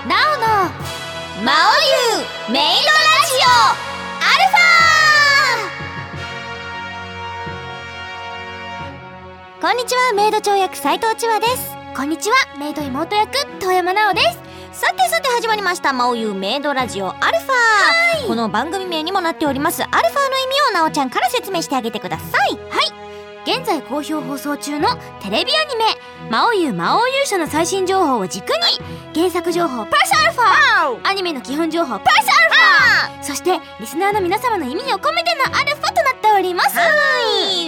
なおの魔王流メイドラジオアルファ。こんにちは、メイド長役斉藤千和です。 こんにちは、メイド妹役遠山奈緒です。 さて始まりました魔王流メイドラジオアルファ。この番組名にもなっておりますアルファの意味をなおちゃんから説明してあげてください。 はい、現在好評放送中のテレビアニメ魔王流魔王勇者の最新情報を軸に、原作情報プラスアルファ、アニメの基本情報プラスアルファ、そしてリスナーの皆様の意味を込めてのアルファとなっております。 はい、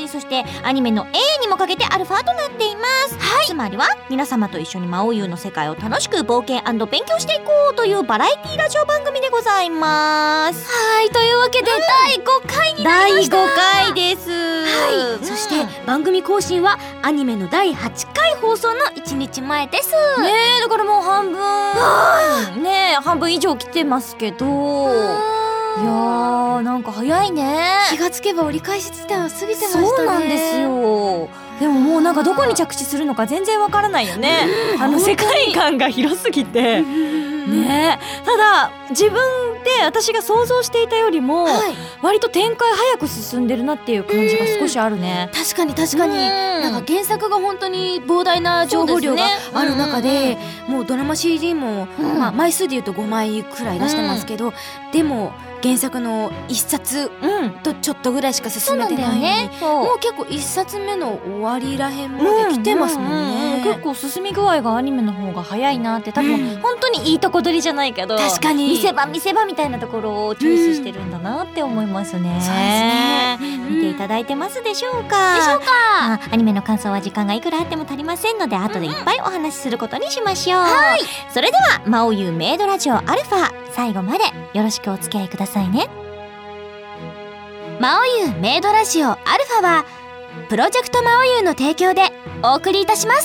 そしてアニメの A にもかけてアルファとなっています。はい、つまりは皆様と一緒に魔王流の世界を楽しく冒険&勉強していこうというバラエティラジオ番組でございます。 はい、というわけで、第5回になりました。 第5回です。 はい、そして番組更新はアニメの第8回放送の1日前です。 ねえ、だからもう半分ねえ、半分以上来てますけど、いやー、なんか早いね。 気がつけば折り返し地点は過ぎてましたね。 そうなんですよ。でももうなんかどこに着地するのか全然わからないよね。世界観が広すぎてねえ。ただ自分で私が想像していたよりも、割と展開早く進んでるなっていう感じが少しあるね。 確かになんか原作が本当に膨大な情報量がある中で、もうドラマ CD も、枚数で言うと5枚くらい出してますけど、でも原作の1冊とちょっとぐらいしか進めてないのに、もう結構1冊目の終わりらへんまで来てますもんね。 結構進み具合がアニメの方が早いなって、多分本当にいいとこ取りじゃないけど、 確かに見せ場みたいなところをチョイスしてるんだなって思いますね。 そうですね。 見ていただいてますでしょうか。アニメの感想は時間がいくらあっても足りませんので、後でいっぱいお話しすることにしましょう。それでは魔王流メイドラジオアルファ、最後までよろしくお付き合いくださいね。 魔王流メイドラジオアルファはプロジェクト魔王流の提供でお送りいたします。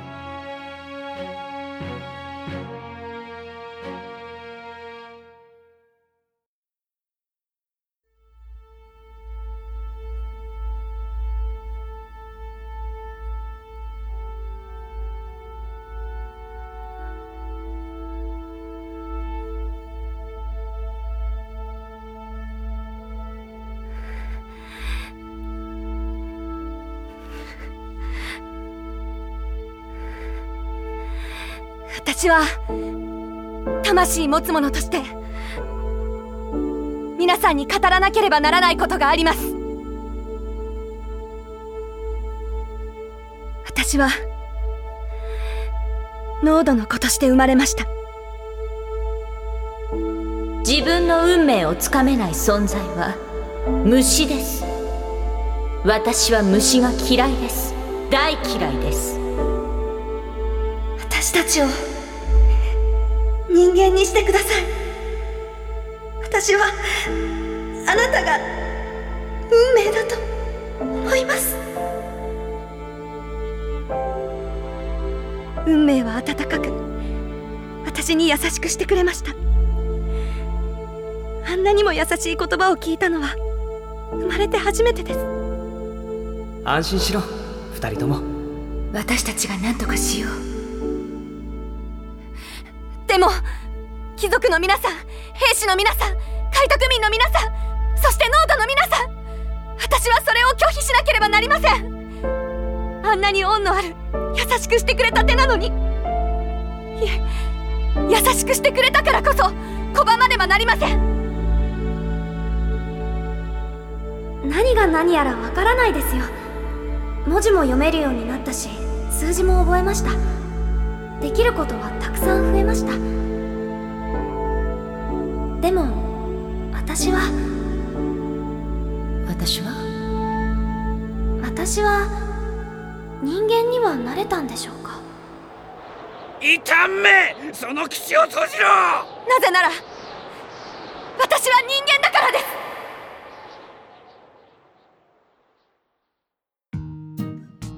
私は魂持つ者として皆さんに語らなければならないことがあります。私は濃度の子として生まれました。 自分の運命をつかめない存在は虫です。私は虫が嫌いです。大嫌いです。 私たちを人間にしてください。私はあなたが運命だと思います。運命は温かく私に優しくしてくれました。あんなにも優しい言葉を聞いたのは生まれて初めてです。 安心しろ、二人とも。 私たちが何とかしよう。でも貴族の皆さん、兵士の皆さん、開拓民の皆さん、そして農家の皆さん、私はそれを拒否しなければなりません。あんなに恩のある優しくしてくれた手なのに、いえ、優しくしてくれたからこそ拒まねばなりません。何が何やらわからないですよ。文字も読めるようになったし、数字も覚えました。できることはたくさん増えました。でも私は人間にはなれたんでしょうか。 異端め、その口を閉じろ。 なぜなら私は人間だからです。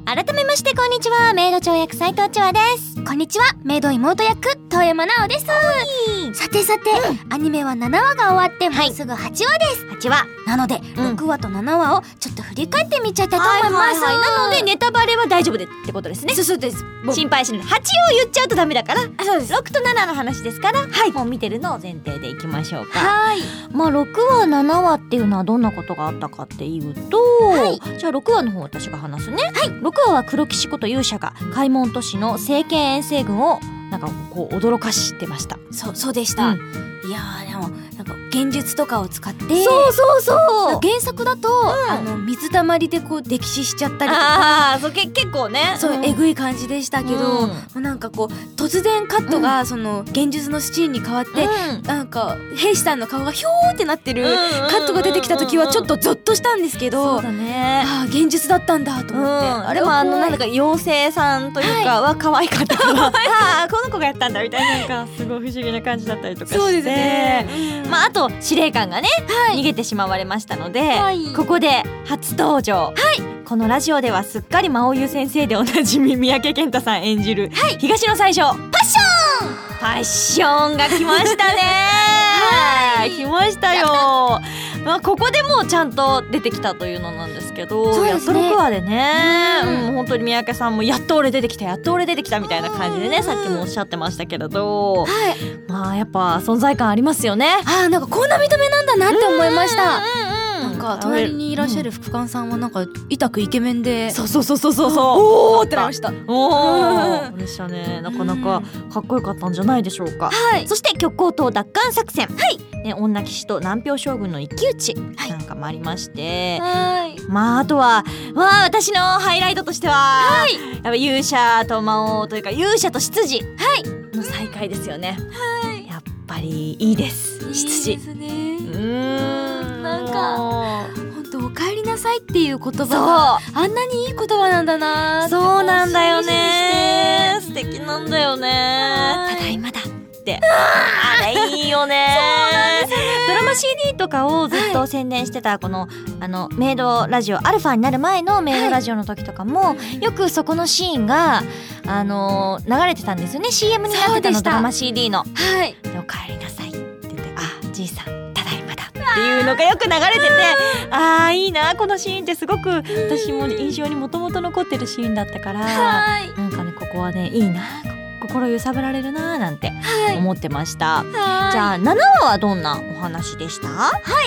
改めましてこんにちは、メイド長役斉藤千和です。こんにちは、メイド妹役遠山奈緒です。さてさて、アニメは7話が終わってもうすぐ8話です。 8話なので、6話と7話をちょっと振り返ってみちゃいたいと思います。 なのでネタバレは大丈夫でってことですね。 そうです。 心配しない。8を言っちゃうとダメだから。 そうです。 6と7の話ですから、もう見てるのを前提でいきましょうか。まあ6話7話っていうのはどんなことがあったかっていうと、じゃあ6話の方私が話すね。6話は黒騎士こと勇者が開門都市の政権遠征軍をなんかこう驚かしてました。 そうでした。いやー、でもなんか幻術とかを使ってそう原作だと、水たまりでこう溺死しちゃったりとか、 そう結構ね、 そうえぐい感じでしたけど、なんかこう突然カットがその幻術のシーンに変わって、なんか兵士さんの顔がヒョーってなってるカットが出てきた時はちょっとゾッとしたんですけど、幻術だったんだと思って、 あれはなんだか妖精さんというかは可愛かったからこの子がやったんだみたいな、なんかすごい不思議な感じだったりとかして、そうですね。まああと司令官がね、逃げてしまわれましたので、ここで初登場。このラジオではすっかり魔王優先生でおなじみ三宅健太さん演じる、東の最初パッションが来ましたね。来ましたよ。まあここでもうちゃんと出てきたというのなんですけど、やっと6話でね、本当に三宅さんもやっと俺出てきたやっと俺出てきたみたいな感じでね、さっきもおっしゃってましたけれど、まあやっぱ存在感ありますよね。 なんかこんな見た目なんだなって思いました。なんか隣にいらっしゃる副官さんはなんか痛くイケメンで、 そうおーってなりました。 でしたね。なかなかかっこよかったんじゃないでしょうか。そして極光島奪還作戦、女騎士と南氷将軍の一騎打ちなんかもありまして、まああとは私のハイライトとしては、やっぱ勇者と魔王というか勇者と執事の再会ですよね。やっぱりいいです、執事。 なんか本当お帰りなさいっていう言葉があんなにいい言葉なんだなって。 そうなんだよね、素敵なんだよね。ただいまだってあれいいよね。ドラマ CD とかをずっと宣伝してたこのメイドラジオアルファになる前のメイドラジオの時とかも、よくそこのシーンが流れてたんですよね。 CM になってたの、ドラマ CD の。でお帰りなさいって言って、じいさんただいまだっていうのがよく流れてて、いいなこのシーンって、すごく私も印象にもともと残ってるシーンだったから、なんかねここはねいいな、心揺さぶられるななんて思ってました。じゃあ7話はどんなお話でした？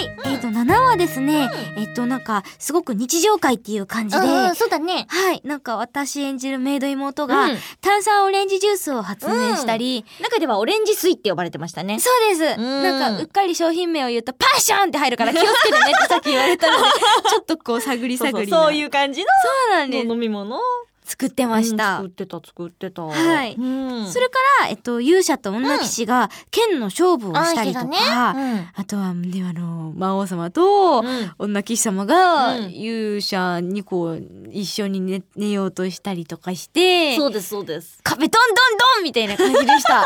7話ですね、なんかすごく日常会っていう感じで、 そうだね。 なんか私演じるメイド妹が、炭酸オレンジジュースを発明したり、 中ではオレンジ水って呼ばれてましたね。 そうです。なんかうっかり商品名を言うとパッションって入るから気をつけてねってさっき言われたのでちょっとこう探りそういう感じのそうなんです飲み物作ってました。 作ってた。 それから、勇者と女騎士が剣の勝負をしたりとか、あとは魔王様と女騎士様が勇者にこう一緒に 寝ようとしたりとかして、 そうです壁ドンドンドンみたいな感じでした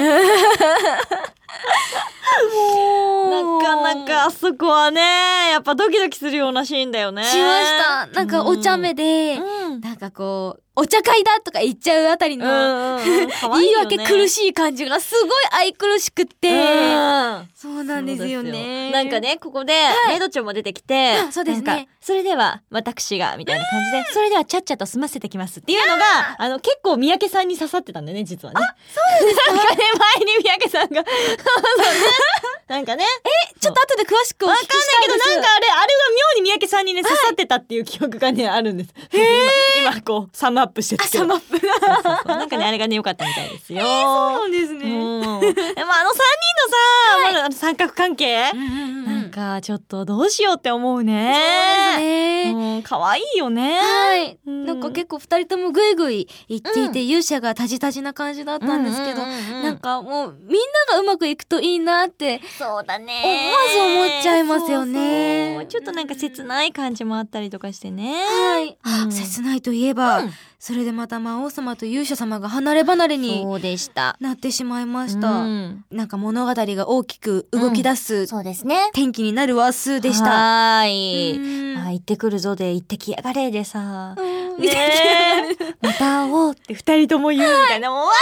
なかなかあそこはねやっぱドキドキするようなシーンだよね。 しました。なんかお茶目で、なんかこうお茶会だとか言っちゃうあたりの言い訳苦しい感じがすごい愛くるしくって、そうなんですよね。 なんかねここでメイド長も出てきて、 そうですね、 それでは私がみたいな感じで、それではちゃっちゃと済ませてきますっていうのが結構三宅さんに刺さってたんだよね実はね。そうですか。なんかね前に三宅さんがなんかねちょっと後で詳しくお聞きしたいです。わかんないけどなんかあれが妙に三宅さんにね刺さってたっていう記憶がねあるんです。今こうサムアップしてるけど。サムアップなんかねあれがね良かったみたいですよ。 そうなんですね。 でも3人のさ、三角関係、なんかちょっとどうしようって思うね。 そうですね。 可愛いよね。 なんか結構2人ともグイグイ言っていて、勇者がタジタジな感じだったんですけど、なんかもうみんながうまくいくといいなってそうだね思わず思っちゃいますよね。 ちょっとなんか切ない感じもあったりとかしてね。 切ないといえば、それでまた魔王様と勇者様が離れ離れになってしまいました。なんか物語が大きく動き出す、 そうですね、 転機になる話数でした。 行ってくるぞで行ってきやがれでさ、 みたいな、 また会おうって二人とも言うみたいな、もうわ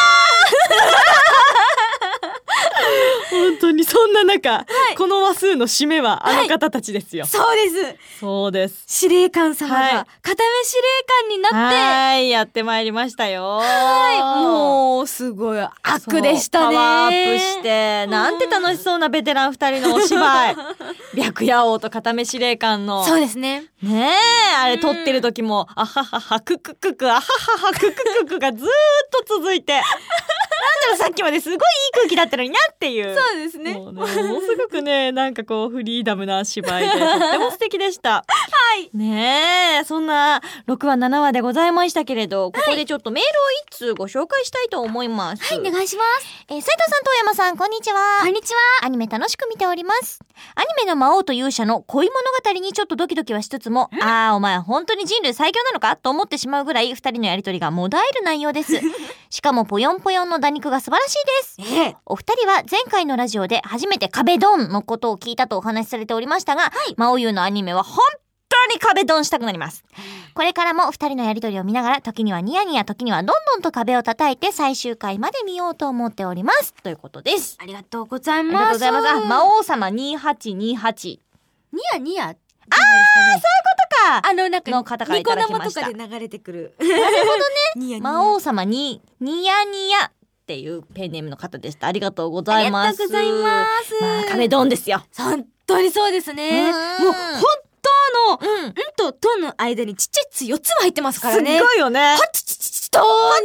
本当にそんな中、この話数の締めはあの方たちですよ。 そうです。 そうです。 司令官様が片目司令官になって、 はいやってまいりましたよ。 もうすごい悪でしたね。 パワーアップしてなんて楽しそうなベテラン2人のお芝居白夜王と片目司令官のそうですね。 ねえあれ撮ってる時もあはははククククあはははククククがずーっと続いてなんだろうさっきまですごいいい空気だったのになっていう。 そうですね。 もうねものすごくねなんかこうフリーダムな芝居でとっても素敵でしたはいねえそんな6話7話でございましたけれど、ここでちょっとメールを一通ご紹介したいと思います。 はい、お願いします。 斉藤さん遠山さんこんにちは。 こんにちは。 アニメ楽しく見ております。アニメの魔王と勇者の恋物語にちょっとドキドキはしつつも、お前本当に人類最強なのかと思ってしまうぐらい2人のやりとりがもだえる内容ですしかもぽよんぽよんの打肉が素晴らしいです。お二人は前回のラジオで初めて壁ドンのことを聞いたとお話しされておりましたが、魔王優のアニメは本当に壁ドンしたくなります。これからも二人のやりとりを見ながら時にはニヤニヤ時にはどんどんと壁を叩いて最終回まで見ようと思っておりますということです。 ありがとうございます。 ありがとうございます。魔王様2828 ニヤニヤ、 そういうことか。 なんかの方からいただきました。 ニコ生とかで流れてくる。 なるほどね。 ニヤニヤ。 魔王様にニヤニヤっていうペンネームの方でした。ありがとうございます。 ありがとうございます。 壁ドンですよ。 本当にそうですね。もう本当のととの間にちっちゃいつ4つも入ってますからね。 すごいよね。 はちちちちとーに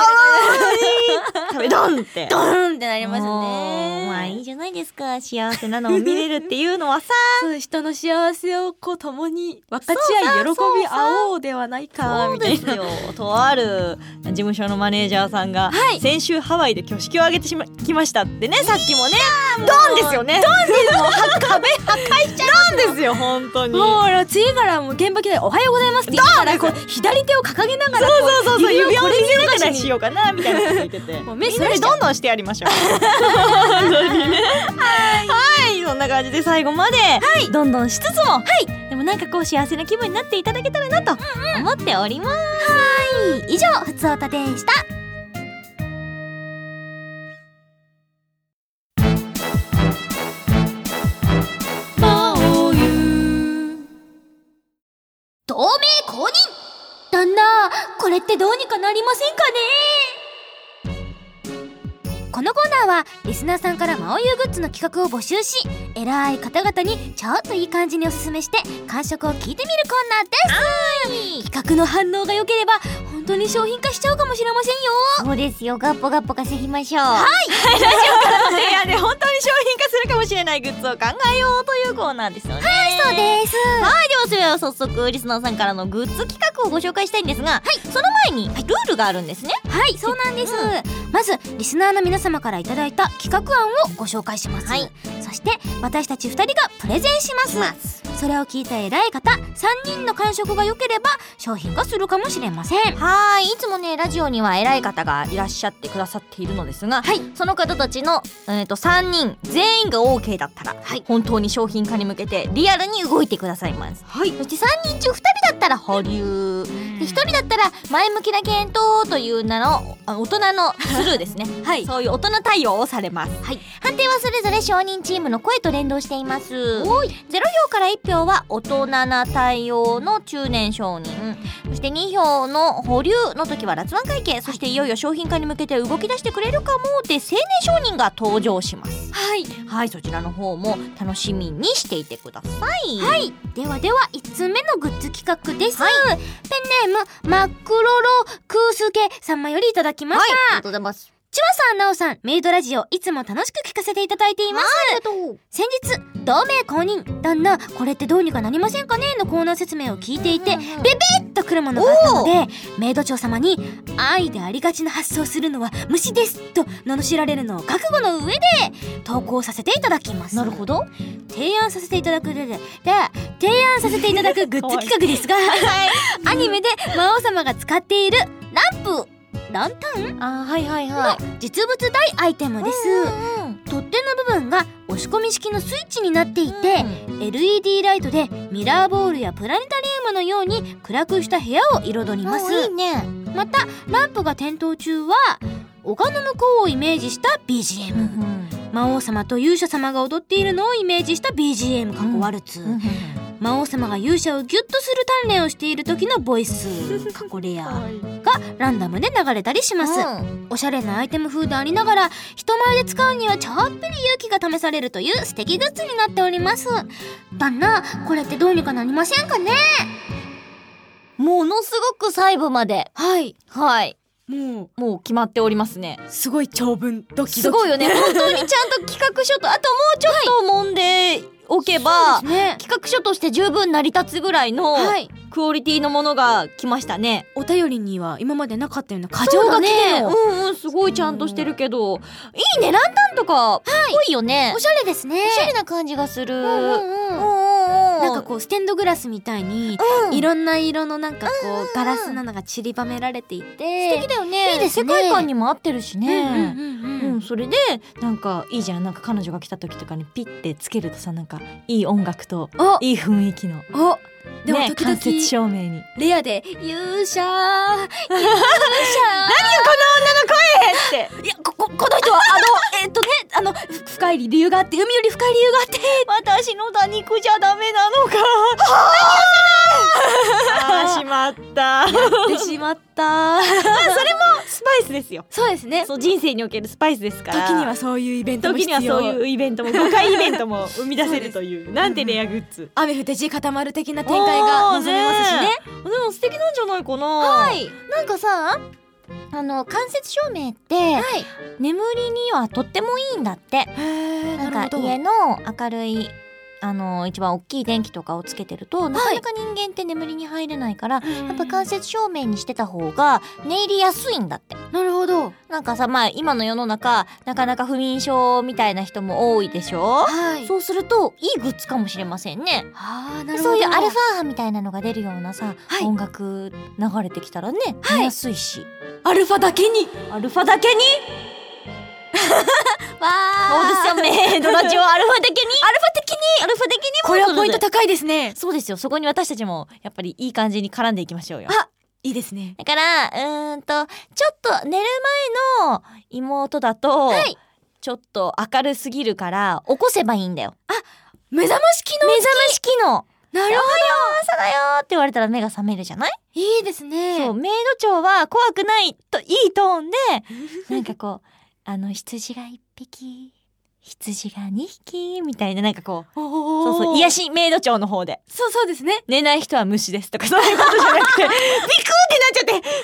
壁ドンってドーンってなりますね。 まあいいじゃないですか。幸せなのを見れるっていうのはさそう人の幸せをこう共に分かち合い喜び合おうではないかみたいな。 そうですよ。とある事務所のマネージャーさんが、先週ハワイで挙式を挙げてきましたってね。さっきもねドンですよね。ドンですもう壁破壊しちゃう。ドンですよ本当に。 もう次からもう現場来ておはようございますって言ったらこう左手を掲げながらそう指を見せながらにしようかなみたいなこと言っててもうみんなでどんどんしてやりましょう本当にねはいそんな感じで最後までどんどんしつつもでもなんかこう幸せな気分になっていただけたらなと思っております。 以上ふつおたでした。同盟公認。旦那、これってどうにかなりませんかね。このコーナーはリスナーさんから魔王優グッズの企画を募集し、偉い方々にちょっといい感じにおすすめして感触を聞いてみるコーナーです。企画の反応が良ければ本当に商品化しちゃうかもしれませんよ。 そうですよ。ガッポガッポ稼ぎましょう。 はいラジオからの提案で本当に商品化するかもしれないグッズを考えようというコーナーですよね。 そうです。 はいではそれでは早速リスナーさんからのグッズ企画をご紹介したいんですが、その前にルールがあるんですね。 はいそうなんです。まずリスナーの皆様からいただいた企画案をご紹介します。そして私たち2人がプレゼンします。それを聞いた偉い方3人の感触が良ければ商品化するかもしれません。 はいいつもねラジオには偉い方がいらっしゃってくださっているのですが、その方たちの、3人全員が OK だったら、本当に商品化に向けてリアルに動いてくださいます。そして3人中2人だったら保留で1人だったら前向きな検討という名の大人のスルーですねそういう大人対応をされます。判定はそれぞれ承認チームの声と連動しています。0票から1票は大人な対応の中年承認、そして2票の保留の時は辣腕会計、そしていよいよ商品化に向けて動き出してくれるかもで青年承認が登場します。はいそちらの方も楽しみにしていてください。 では1つ目のグッズ企画です。ペンネームマックロロクースケ様よりいただきました。 ありがとうございます。 ちわさんなおさんメイドラジオいつも楽しく聞かせていただいています。先日同盟公認旦那これってどうにかなりませんかねのコーナー説明を聞いていてベベッとくるものがあったのでメイド長様に愛でありがちな発想するのは虫ですと罵られるのを覚悟の上で投稿させていただきます。 なるほど。 提案させていただくグッズ企画ですがアニメで魔王様が使っているランタンの実物大アイテムです。 取っ手の部分が押し込み式のスイッチになっていて、LED ライトでミラーボールやプラネタリウムのように暗くした部屋を彩ります。 いいね。 またランプが点灯中は丘の向こうをイメージした BGM、魔王様と勇者様が踊っているのをイメージした BGM 過去ワルツ、魔王様が勇者をギュッとする鍛錬をしている時のボイス過去レアがランダムで流れたりします。おしゃれなアイテム風でありながら人前で使うにはちょっぴり勇気が試されるという素敵グッズになっております。旦那、これってどうにかなりませんかね？ ものすごく細部まで、 はい、 もう決まっておりますね。 すごい長文ドキドキすごいよね。本当にちゃんと企画書と、あともうちょっと揉んでおけば、 そうですね、 企画書として十分成り立つぐらいのクオリティのものが来ましたね。 お便りには今までなかったような過剰書きでの、 すごいちゃんとしてるけど、いいね。ランタンとかっぽいよね。 おしゃれですね。 おしゃれな感じがする。 なんかこうステンドグラスみたいにいろんな色のなんかこうガラスなのが散りばめられていて素敵だよね。 いいですね。 世界観にも合ってるしね。それでなんかいいじゃん。なんか彼女が来た時とかにピッてつけるとさ、なんかいい音楽といい雰囲気の、 でも時々 間接照明にレアで勇者何よこの女の声って、いやこの人は深い理由があって、海より深い理由があって、 私の打肉じゃダメなのか。しまったやってしまったそれもスパイスですよ。 そうですね。 そう、人生におけるスパイスですから。 時にはそういうイベントも必要。 時にはそういうイベントも誤解イベントも生み出せるというなんてレアグッズ。 雨降って地固まる的な展開が望めますしね。 でも素敵なんじゃないかな。なんかさ、間接照明って、眠りにはとってもいいんだって。なんか家の明るい一番大きい電気とかをつけてると、なかなか人間って眠りに入れないから、やっぱ間接照明にしてた方が寝入りやすいんだって。 なるほど。 なんかさ、今の世の中なかなか不眠症みたいな人も多いでしょ。そうするといいグッズかもしれませんね。 なるほど。 そういうアルファ波みたいなのが出るようなさ、音楽流れてきたらね、寝やすいし。 アルファだけにそうですよね。ドラジオアルファ的にこれはポイント高いですね。 そうですよ。そこに私たちもやっぱりいい感じに絡んでいきましょうよ。 いいですね。 だからちょっと寝る前の妹だと、ちょっと明るすぎるから起こせばいいんだよ。 目覚まし機能。なるほど。 朝だよって言われたら目が覚めるじゃない？ いいですね。 そう、メイド長は怖くないといいトーンでなんかこう羊が1匹、羊が2匹みたいな、なんかこう、そう癒しメイド長の方で、 そうですね。 寝ない人は虫ですとかそういうことじゃなくてビクってなっちゃって寝なきゃ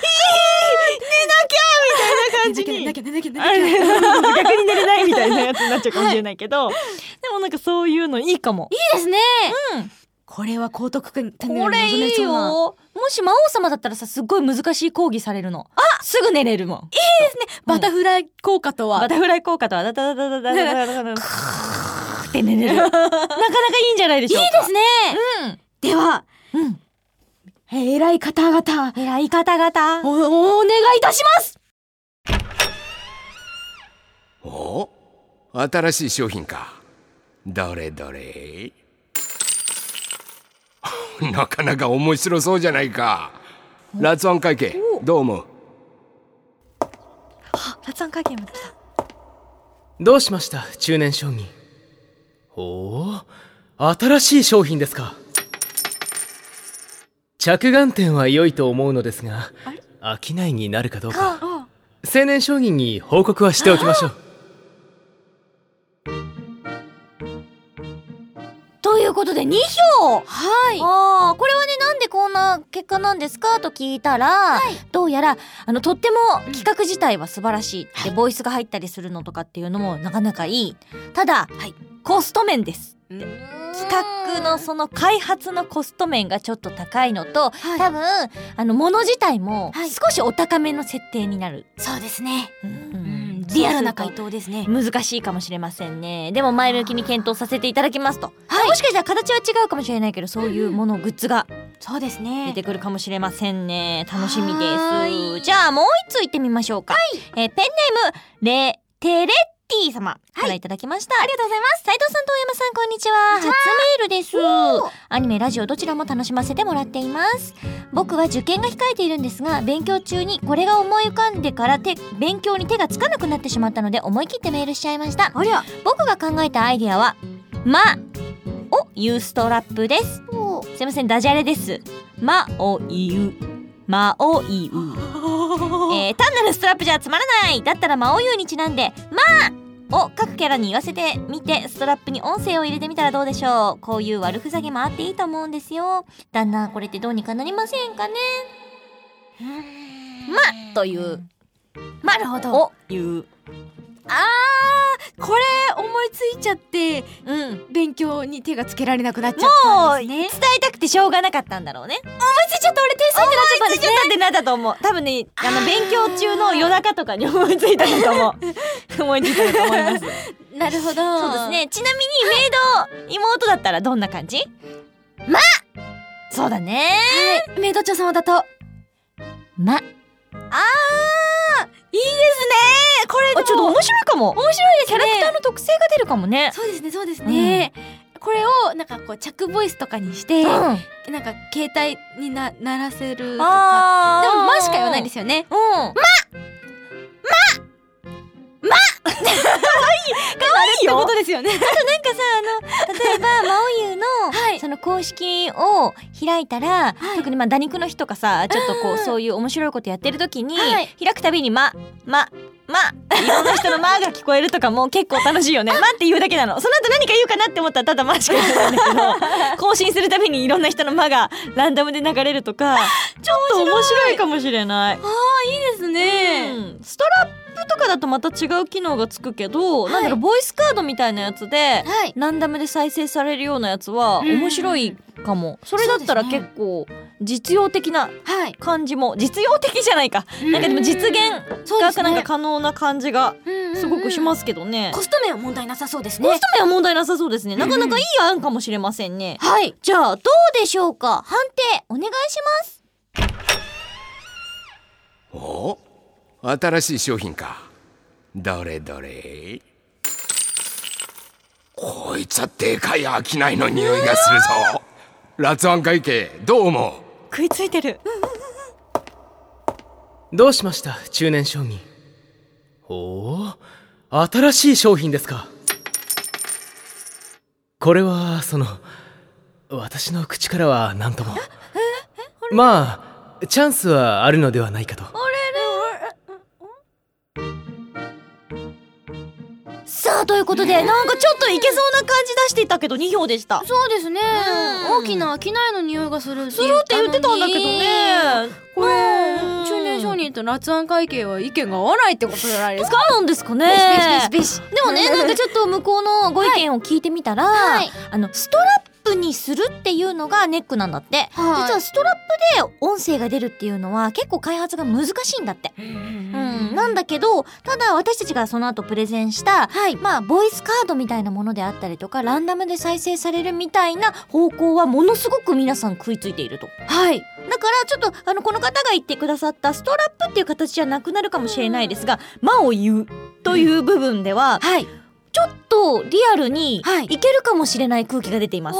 みたいな感じに寝なきゃ逆に寝れないみたいなやつになっちゃうかもしれないけど、でもなんかそういうのいいかも。 いいですね。これは高得点。 これいいよ。もし魔王様だったらさ、すっごい難しい講義されるの。すぐ寝れるもん。いいですね。バタフライ効果とはダダダダダダダダダダって寝れる。なかなかいいんじゃないでしょうか。 いいですね。では、偉い方々お願いいたします。 新しい商品か。どれどれ。なかなか面白そうじゃないか。ラツワン会計どう思う？ ラツワン会計まで来た。 どうしました中年将棋。新しい商品ですか。着眼点は良いと思うのですが、商いになるかどうか青年将棋に報告はしておきましょう。 ということで2票。これはね、なんでこんな結果なんですかと聞いたら、どうやらとっても企画自体は素晴らしいって、ボイスが入ったりするのとかっていうのもなかなかいい。ただ、コスト面ですって。企画のその開発のコスト面がちょっと高いのと、多分物自体も少しお高めの設定になる。 そうですね。リアルな回答ですね。 難しいかもしれませんね。でも前向きに検討させていただきますと。もしかしたら形は違うかもしれないけど、そういうものグッズがそうですね、 出てくるかもしれませんね。楽しみです。じゃあもう一ついってみましょうか。ペンネームテレッティ様からいただきました、 ありがとうございます。 斉藤さんと大山さん、こんにちは。初メールです。アニメラジオどちらも楽しませてもらっています。僕は受験が控えているんですが、勉強中にこれが思い浮かんでから勉強に手がつかなくなってしまったので、思い切ってメールしちゃいました。 ありゃ、 僕が考えたアイディアはを言うストラップです。すいません、ダジャレです。を言う単なるストラップじゃつまらない。だったら魔王言うにちなんでを各キャラに言わせてみて、ストラップに音声を入れてみたらどうでしょう。こういう悪ふざけもあっていいと思うんですよ。旦那、これってどうにかなりませんかね。というなるほど。 を言う。 これ思いついちゃって、勉強に手がつけられなくなっちゃっもうたんですね。 伝えたくてしょうがなかったんだろうね。 思いついちゃった。俺点数ってなっちゃったんですね。 ってなったと思う。多分ね、勉強中の夜中とかに思いついたんだと思う。思いついたと思います。 なるほど。 そうですね。ちなみにメイド妹だったらどんな感じ？そうだね。 はい、メイド長様だといいですね。これちょっと面白いかも。 面白いですね。 キャラクターの特性が出るかもね。 そうですね、これをなんかこう着ボイスとかにして、なんか携帯に鳴らせるとか。でもしか言わないですよね。 可愛いよ。 ってことですよね。 あとなんかさ、例えば魔王優のその公式を開いたら、特に打肉の日とかさ、ちょっとこうそういう面白いことやってる時に開くたびにいろんな人のが聞こえるとかも結構楽しいよね。って言うだけなの。その後何か言うかなって思ったらただしか言わないんだけど、更新するたびにいろんな人のがランダムで流れるとか、ちょっと面白いかもしれない。 いいですね。 ストラップとかだとまた違う機能がつくけど、なんだろう、ボイスカードみたいなやつでランダムで再生されるようなやつは面白いかも。それだったら結構実用的な感じも、実用的じゃないか、なんかでも実現がなんか可能な感じがすごくしますけどね。 コスト面は問題なさそうですね。 コスト面は問題なさそうですね。なかなかいい案かもしれませんね。じゃあどうでしょうか。判定お願いします。 お、新しい商品か。どれどれ。こいつはでかい商いの匂いがするぞ。ラツワン会計どう思う？ 食いついてる。 どうしました、中年商人。新しい商品ですか。これは私の口からは何とも。チャンスはあるのではないかと。 さあ、ということで、なんかちょっといけそうな感じ出していたけど2票でした。 そうですね。大きな商いの匂いがするって言ってたんだけどね。 これ中年商人とラツワン会計は意見が合わないってことじゃないですか。 そうなんですかね。でもね、なんかちょっと向こうのご意見を聞いてみたら、ストラップにするっていうのがネックなんだって。実はストラップで音声が出るっていうのは結構開発が難しいんだって。なんだけど、ただ私たちがその後プレゼンした、ボイスカードみたいなものであったりとか、ランダムで再生されるみたいな方向はものすごく皆さん食いついていると。だからちょっとこの方が言ってくださったストラップっていう形じゃなくなるかもしれないですが、を言うという部分では、ちょっとリアルにいけるかもしれない空気が出ています。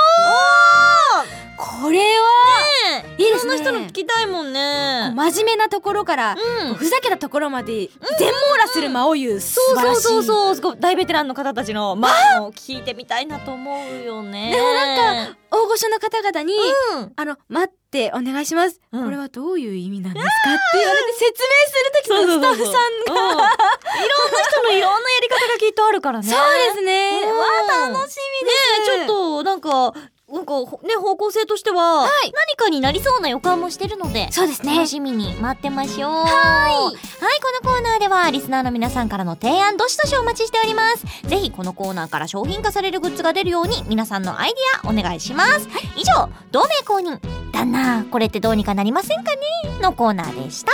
これはいいですね。 いろんな人の聞きたいもんね。 真面目なところからふざけたところまで全網羅する魔を言う。素晴らしい。 そうすごい大ベテランの方たちのを聞いてみたいなと思うよね。 でもなんか大御所の方々に待ってお願いします、これはどういう意味なんですかって言われて説明する時のスタッフさんがいろんな人のいろんなやり方がきっとあるからね。 そうですね。楽しみですね。ちょっとなんかね、方向性としては何かになりそうな予感もしてるので、 そうですね、 楽しみに待ってましょう。はい、このコーナーではリスナーの皆さんからの提案どしどしお待ちしております。ぜひこのコーナーから商品化されるグッズが出るように皆さんのアイディアお願いします。以上、同盟公認旦那これってどうにかなりませんかねのコーナーでした。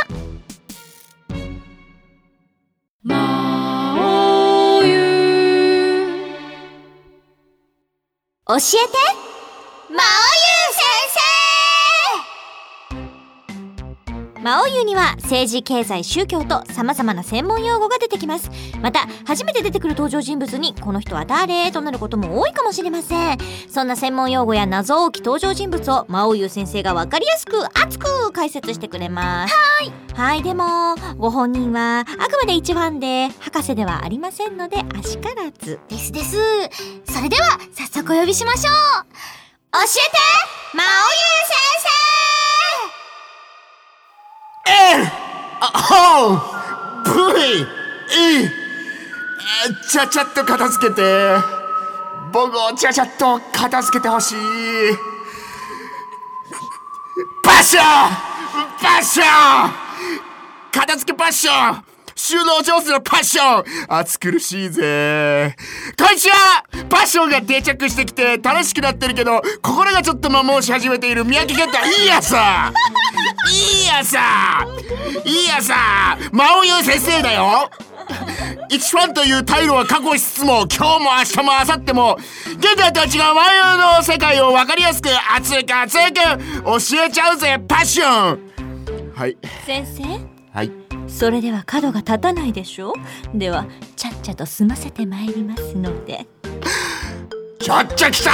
教えて魔王優先生。 魔王湯には政治、経済、宗教と様々な専門用語が出てきます。また初めて出てくる登場人物にこの人は誰となることも多いかもしれません。そんな専門用語や謎多き登場人物を魔王湯先生が分かりやすく熱く解説してくれます。はい、でもご本人はあくまで一ファンで博士ではありませんのであしからずですです。それでは早速お呼びしましょう。教えて魔王えほうブイいちゃちゃっと片付けて、僕をちゃちゃっと片付けてほしい。パッションパッション片付けパッション収納上手のパッション暑苦しいぜ。こんにちは。パッションが定着してきて楽しくなってるけど心がちょっと摩耗し始めている三宅健太。いいやさ魔王優先生だよ。一ファンという態度は確保しつつも今日も明日も明後日も現代とは違う魔王の世界を分かりやすく熱く教えちゃうぜパッション。はい、 先生。 はい、 それでは角が立たないでしょ。ではちゃっちゃと済ませてまいりますので。 ちゃっちゃきた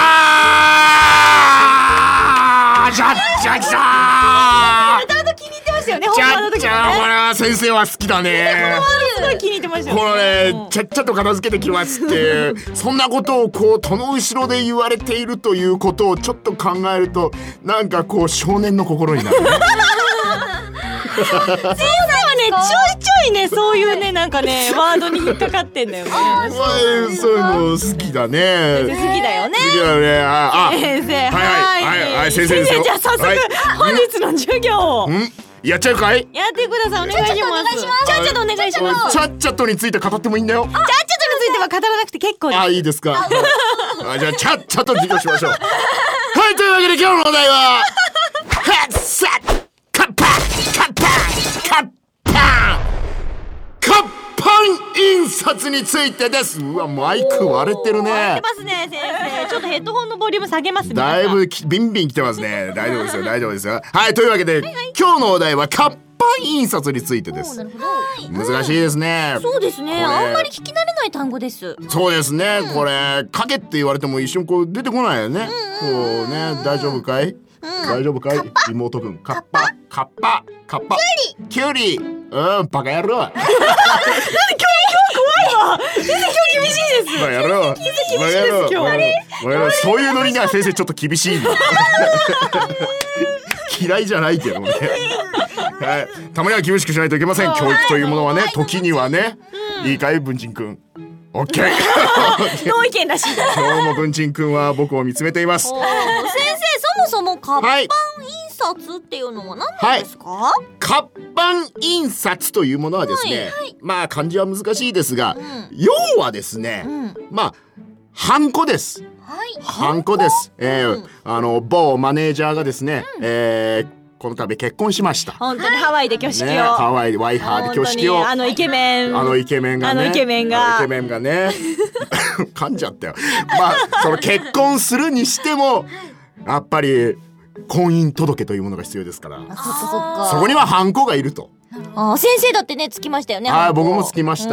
ー。ちゃっちゃきたー。 気に入ってましたよね。 ちゃっちゃ、これは先生は好きだね。 すごい気に入ってましたよね。 これね、ちゃっちゃと片付けてきますってそんなことをこう戸の後ろで言われているということをちょっと考えるとなんかこう少年の心になるね。 先生はねちょいちょいねそういうねなんかねワードに引っかかってんだよね。 そういうの好きだね。 好きだよね。 好きだよね。 先生、 はい先生ですよ。 じゃあ早速、本日の授業をやっちゃうかい。 やってください。お願いします。ちゃっちゃとお願いします。 ちゃっちゃとについて語ってもいいんだよ。 ちゃっちゃとについては語らなくて結構です。 いいですか。じゃあちゃっちゃと授業しましょう。はい、というわけで今日のお題はハッサッカッパ印刷についてです。うわマイク割れてるね。 割れてますね先生。ちょっとヘッドホンのボリューム下げます。 だいぶビンビン来てますね。大丈夫ですよ。はい、というわけで、今日のお題は活版印刷についてです。難しいですね。 そうですね。あんまり聞き慣れない単語です。 そうですね。これ書けって言われても一瞬こう出てこないよね。こうね、大丈夫かい？大丈夫かい？妹くん。カッパキュウリバカ野郎。なんで今日怖いわ。先生今日厳しいです。バカ野郎。そういうノリには先生ちょっと厳しいんだ。嫌いじゃないけどね。はい、たまには厳しくしないといけません。教育というものはね、時にはね。いいかい文鎮くん。オッケー。 同意見らしい。 今日も文鎮くんは僕を見つめています。 先生、そもそも活版印刷っていうのは何なんですか？ 活版印刷というものはですね、まあ漢字は難しいですが、要はですね、まあハンコです。ハンコです。某マネージャーがですね、この度結婚しました。 本当にハワイで挙式を、 ハワイでワイハーで挙式を、 あのイケメンがね噛んじゃったよ。まあその結婚するにしてもやっぱり婚姻届というものが必要ですから、そこにはハンコがいると。 先生だってねつきましたよね。 僕もつきました。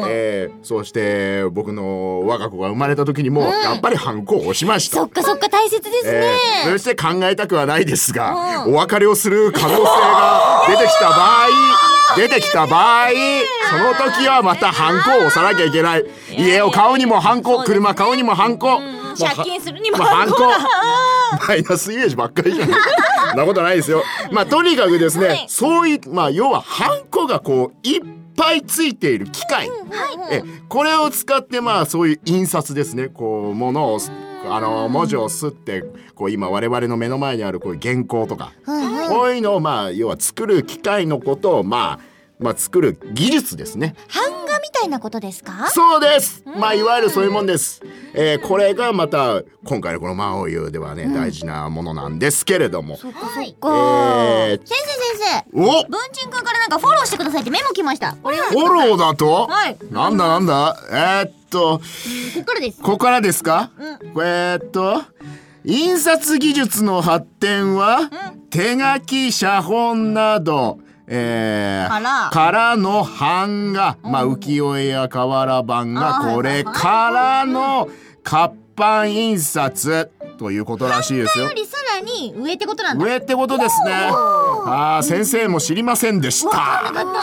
そして僕の我が子が生まれた時にもやっぱりハンコを押しました。 そっか大切ですね。 そして考えたくはないですが、お別れをする可能性が出てきた場合、その時はまたハンコを押さなきゃいけない。家を買うにもハンコ、車買うにもハンコ、 借金するにもハンコ。 マイナスイメージばっかりじゃない。そんなことないですよ。まあとにかくですね、そういう要はハンコがこういっぱいついている機械、これを使ってそういう印刷ですね、こう物を文字を刷ってこう今我々の目の前にあるこういう原稿とか、こういうのを要は作る機械のことを作る技術ですね。 版画みたいなことですか？ そうです。いわゆるそういうもんです。これがまた今回のこの魔王湯ではね、大事なものなんですけれども。 先生、 お、 文鎮くんからなんかフォローしてくださいってメモ来ました。 フォローだと？なんだ。ここからですか？印刷技術の発展は、手書き写本などからの版画、浮世絵や瓦版がこれからの活版印刷ということらしいですよ。 よりさらに上ってことなんだ。 上ってことですね。先生も知りませんでした。 真剣な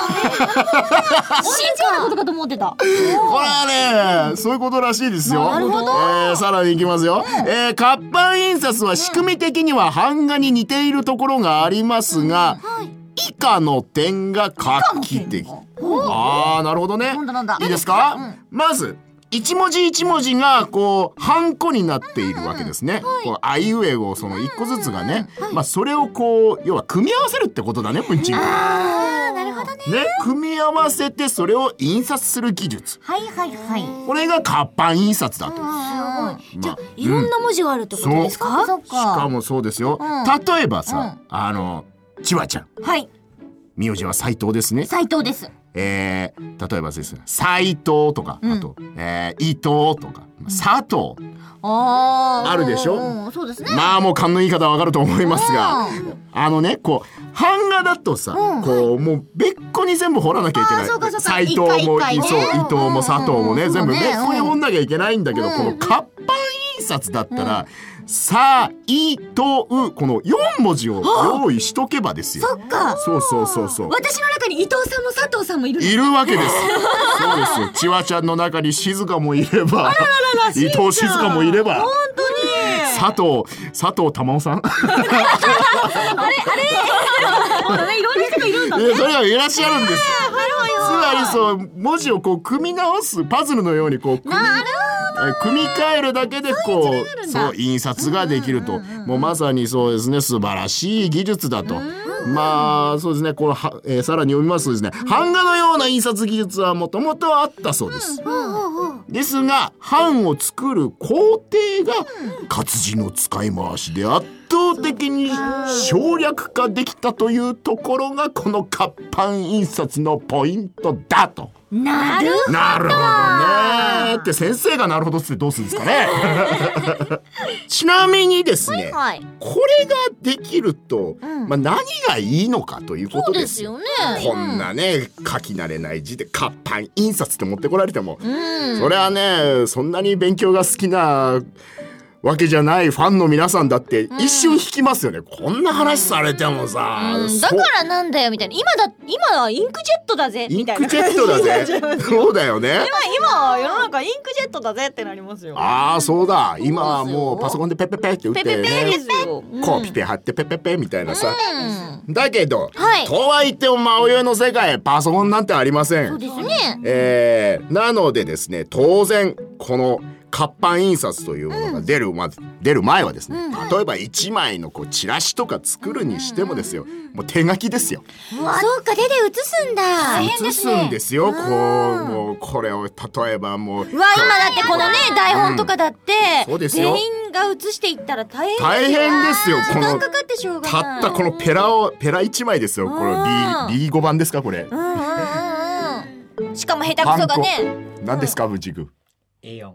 ことかと思ってた。 これはね、そういうことらしいですよ。 なるほど。 さらにいきますよ。活版印刷は仕組み的には版画に似ているところがありますが、以下の点が画期的。なるほどね。いいですか？まず一文字一文字がこうハンコになっているわけですね。こうあいうえをその一個ずつがね、それをこう要は組み合わせるってことだね、プンチン。 なるほどね。 組み合わせてそれを印刷する技術。これが活版印刷だと。 じゃあいろんな文字があるってことですか？ しかもそうですよ。例えばさ、ちわちゃん。名字は斉藤ですね。 斉藤です。 例えばですね、斉藤とか、あと、伊藤とか、佐藤。あるでしょ。 そうですね。 もう勘のいい方はわかると思いますが、こう版画だとさ、こうもう別個に全部彫らなきゃいけない。斉藤も伊藤も佐藤もね、全部別個に彫んなきゃいけないんだけど、この活版印刷だったら、さいとうこの4文字を用意しとけばですよ。 そっか。 そう。 私の中に伊藤さんも佐藤さんもいるわけです。そうですよ。ちわちゃんの中に静香もいれば、伊藤静香もいれば、 本当に佐藤玉緒さん。 あれいろんな人がいるんだね。 それはいらっしゃるんです。つまりそう文字をこう組み直すパズルのようにこう組み替えるだけでこう印刷ができると、もうまさにそうですね、素晴らしい技術だと。そうですね、このさらに読みますとですね、版画のような印刷技術はもともとあったそうです。ですが版を作る工程が活字の使い回しで圧倒的に省略化できたというところがこの活版印刷のポイントだと。 なるほどねって先生がなるほどってどうするんですかね。ちなみにですね、これができると、何がいいのかということですよ。こんなね書き慣れない字で活版印刷って持ってこられても、それはねそんなに勉強が好きなわけじゃないファンの皆さんだって一瞬引きますよね。こんな話されてもさ、 だからなんだよみたいな。今はインクジェットだぜみたいな。 インクジェットだぜ。そうだよね。 今世の中インクジェットだぜってなりますよ。 そうだ。今はもうパソコンでペッペペって打ってね、コピペ貼ってペッペペみたいなさ。だけど、とはいっても真上の世界パソコンなんてありません。 そうですね。 なのでですね、当然この活版印刷というものが出る前はですね、例えば1枚のこうチラシとか作るにしてもですよ、もう手書きですよ。 そうか、手で写すんだ。大変ですね。 写すんですよ。もうこれを例えばもう今だってこのね台本とかだって、全そうですよ。 員が写していったら大変ですよ。 時間かかってしょうがない。 たったこのペラ1枚ですよ。これ B5 番ですかこれ。 しかも下手くそがね。 何ですかブチグ。 A4。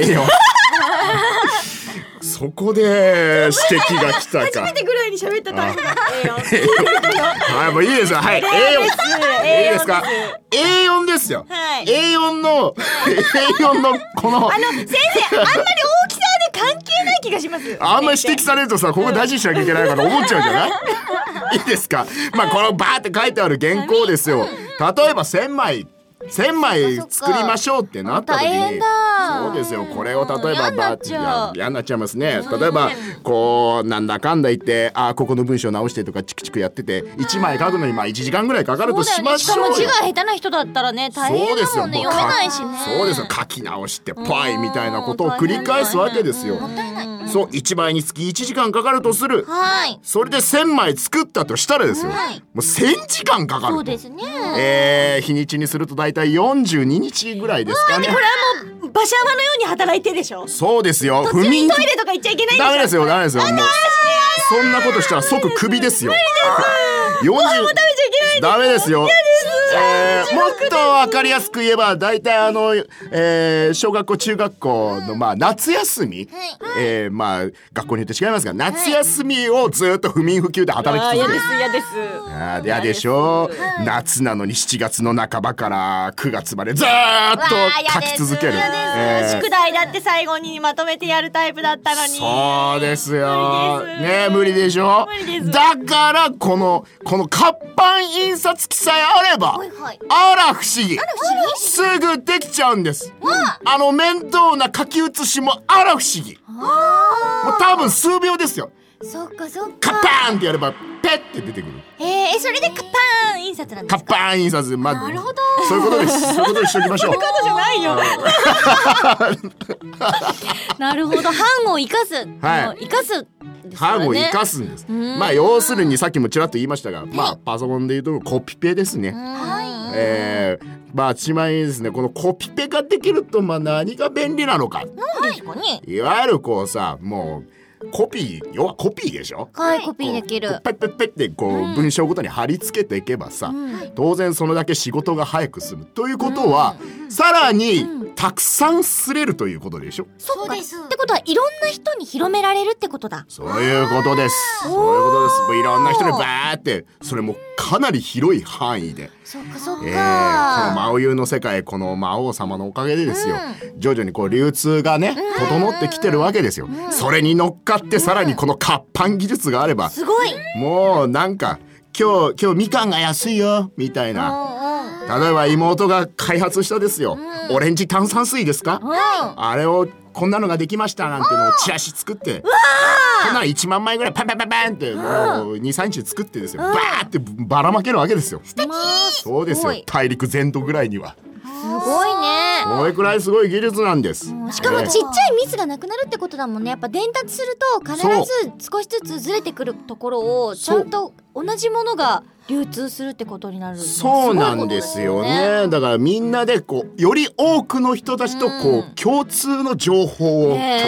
そこで指摘が来たか。 初めてぐらいに喋ったタイプだ。 もういいですよ。はい。A4 いいですか。A4 ですよ。A4 のこの先生あんまり大きさで関係ない気がします。 あんまり指摘されるとさ、ここ大事にしなきゃいけないから思っちゃうじゃない。いいですか。このバーって書いてある原稿ですよ。例えば1000枚作りましょうってなった時に、そうですよ。これを例えば嫌になっちゃいますね。例えばこうなんだかんだ言ってここの文章直してとかチクチクやってて1枚書くのに1時間ぐらいかかるとしましょうよ。 しかも字が下手な人だったらね大変だもんね。読めないしね。 そうですよ。書き直してパイみたいなことを繰り返すわけですよ。そう1枚につき1時間かかるとする。それで1000枚作ったとしたらですよ、もう1000時間かかる。 そうですね。 日にちにするとだいたい42日ぐらいですかね。 これはもう馬車馬のように働いてでしょ。 そうですよ。 トイレとか行っちゃいけないんでしょ。 ダメですよ。もうそんなことしたら即クビですよ。 ご飯も食べちゃいけない。 ダメですよ。 地獄と分かりやすく言えば大体小学校中学校のまあ夏休み、まあ学校によって違いますが夏休みをずっと不眠不休で働き続ける。 嫌です。 嫌でしょ、夏なのに7月の半ばから9月までずーっと書き続ける。 宿題だって最後にまとめてやるタイプだったのに。 そうですよね、無理でしょ。 無理です。 だからこの活版印刷機さえあれば、あら不思議、すぐできちゃうんです。面倒な書き写しもあら不思議。もう多分数秒ですよ。 そっかそっカか。 ッパーンってやればペッて出てくる。 それでカッパーン印刷なんですか。 カッパーン印刷、まあ、 なるほど。 そういうことです。そういうことにしておきましょう。 じゃないよ。なるほど、版を生かす。生かす。 版を生かすんです。まあ要するにさっきもちらっと言いましたが、まあパソコンで言うとコピペですね。まあちなみにですね、このコピペができるとまあ何が便利なのか。 何ですかね。 いわゆるこうさ、もうコピー、要はコピーでしょ。 はい、コピーできる。 ペッペッペッってこう文章ごとに貼り付けていけばさ、当然そのだけ仕事が早く済むということは、さらにたくさん刷れるということでしょ。 そうです。ってことはいろんな人に広められるってことだ。 そういうことです。そういうことです。もういろんな人にバーって、それもかなり広い範囲で。 そっかそっか。 この魔王優の世界、この魔王様のおかげでですよ、徐々にこう流通がね、整ってきてるわけですよ。それに乗っかってさらにこの活版技術があれば、 すごい。 もうなんか今日みかんが安いよみたいな。例えば妹が開発したですよ、オレンジ炭酸水ですか、あれをこんなのができましたなんてのをチラシ作って、こんなの1万枚ぐらいパンパンパンパンってもう 2,3 日作ってですよ、バーってばらまけるわけですよ。そうですよ、大陸全土ぐらいには。 すごいね。 これくらいすごい技術なんです。 しかもちっちゃいミスがなくなるってことだもんね。やっぱ伝達すると必ず少しずつずれてくるところをちゃんと同じものが流通するってことになる。 そうなんですよね。だからみんなでこうより多くの人たちとこう共通の情報を共有できるという。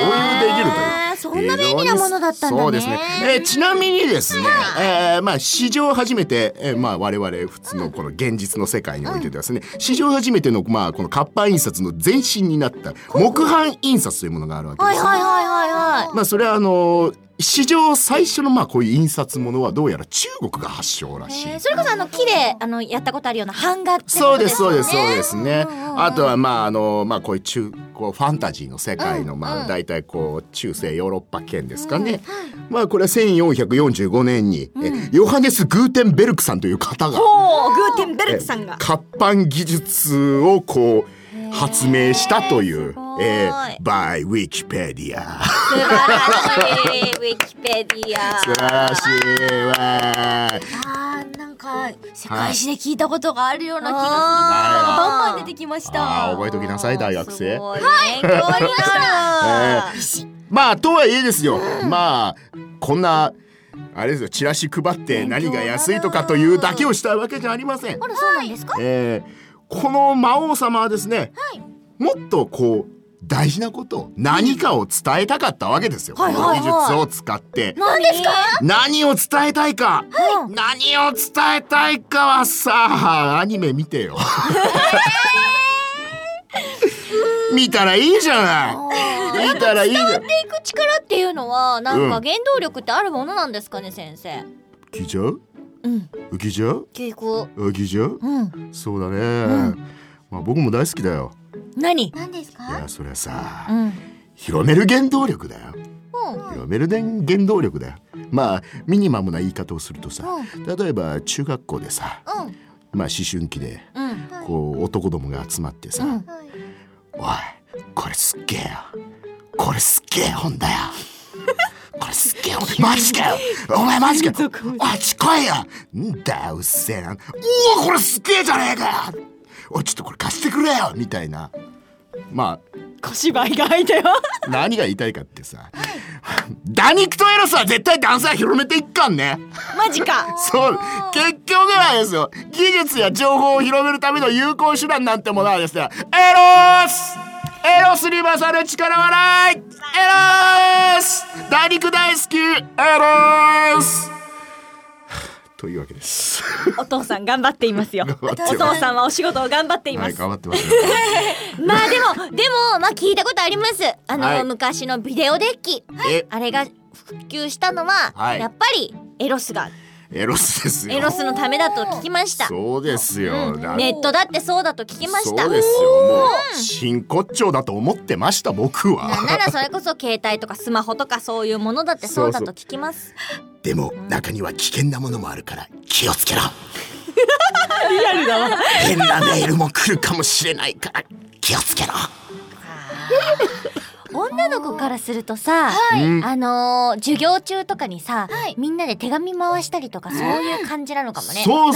そんな便利なものだったんだね。 そうですね。ちなみにですね、まあ史上初めて、まあ我々普通のこの現実の世界においてですね、史上初めてのまあこの活版印刷の前身になった木版印刷というものがあるわけです。まあそれは史上最初のまあこういう印刷物はどうやら中国が発祥らしい。 それこそ木でやったことあるような版画ってことですよね。 そうですそうですそうですね。あとはまあまあこういうこうファンタジーの世界のまあ大体こう中世ヨーロッパ圏ですかね。まあこれは1445年にヨハネス・グーテンベルクさんという方がグーテンベルクさんが活版技術をこう発明したというby Wikipedia。 素晴らしい。ウィキペディア。 素晴らしいわ。 なんか世界史で聞いたことがあるような気がする。バンバン出てきました。 覚えときなさい大学生。 はい、勉強になる。 まあとはいえですよ。まあこんなあれですよ、チラシ配って何が安いとかというだけをしたわけじゃありません。 あら、そうなんですか。 この魔王様はですね、もっとこう大事なことを何かを伝えたかったわけですよ。この技術を使って何ですか。 何を伝えたいか、何を伝えたいかはさ、アニメ見てよ。見たらいいじゃない。見たらいいじゃん。 伝わっていく力っていうのはなんか原動力ってあるものなんですかね、先生。 聞いちゃう？聞いちゃう？ 聞く。 聞いちゃう？そうだね。まあ僕も大好きだよ。 何ですか。 いやそれはさ、広める原動力だよ。広める原動力だよ。まあミニマムな言い方をするとさ、例えば中学校でさ、まあ思春期でこう男どもが集まってさ、おいこれすっげえよ、これすっげえ本だよ、これすっげえ本、マジかよ、お前マジかよ、あっち来いよ、んだようっせえな、おおこれすっげえじゃねえかよ、おいちょっとこれ貸してくれよみたいな。まあ小芝居が入ったよ。 何が言いたいかってさ、ダニクとエロスは絶対ダンサー広めていっかんね。 マジか。 そう結局はですよ、技術や情報を広めるための有効手段なんてものはですね、エロスに勝る力はない。エロス大陸大好きエロスというわけです。 お父さん頑張っていますよ。お父さんはお仕事を頑張っています。 はい、頑張ってます、 まあでもまあ聞いたことあります。昔のビデオデッキ、あれが普及したのは、やっぱりエロスですよ。エロスのためだと聞きました。 そうですよ、 ネットだってそうだと聞きました。 そうですよ、もう真骨頂だと思ってました僕は。 なんならそれこそ携帯とかスマホとかそういうものだってそうだと聞きます。 でも中には危険なものもあるから気をつけろ。 リアルだわ。 変なメールも来るかもしれないから気をつけろ。 女の子からするとさ、授業中とかにさ、みんなで手紙回したりとかそういう感じなのかもね。 そう、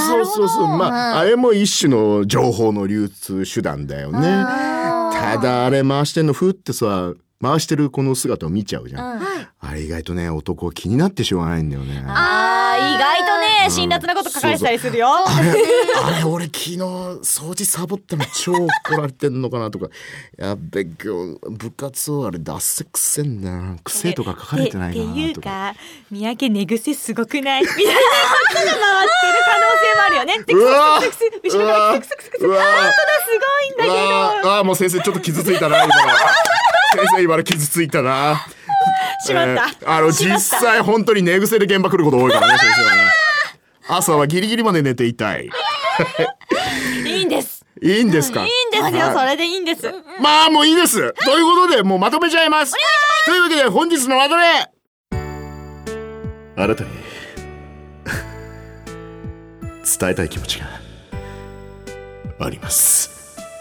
まああれも一種の情報の流通手段だよね。ただあれ回してんのふってさ、回してるこの姿を見ちゃうじゃん、あれ意外とね男気になってしょうがないんだよね。 意外とね辛辣なこと書かれてたりするよ。 あれ俺昨日掃除サボったの超怒られてんのかなとか、やっべ今日部活終わり脱せくせんな、癖とか書かれてないかなとか。 っていうか三宅寝癖すごくないみたいなことが回ってる可能性もあるよね。 うわ後ろからクスクスクス、本当だすごいんだけど。 もう先生ちょっと傷ついたな今。先生今の傷ついたな。 しまった。 実際本当に寝癖で現場来ること多いからね先生はね。朝はギリギリまで寝ていたい。 いいんです。 いいんですか。 いいんですよ、それでいいんです。 まあもういいです。ということでもうまとめちゃいます。というわけで本日のまとめ。あなたに伝えたい気持ちがあります。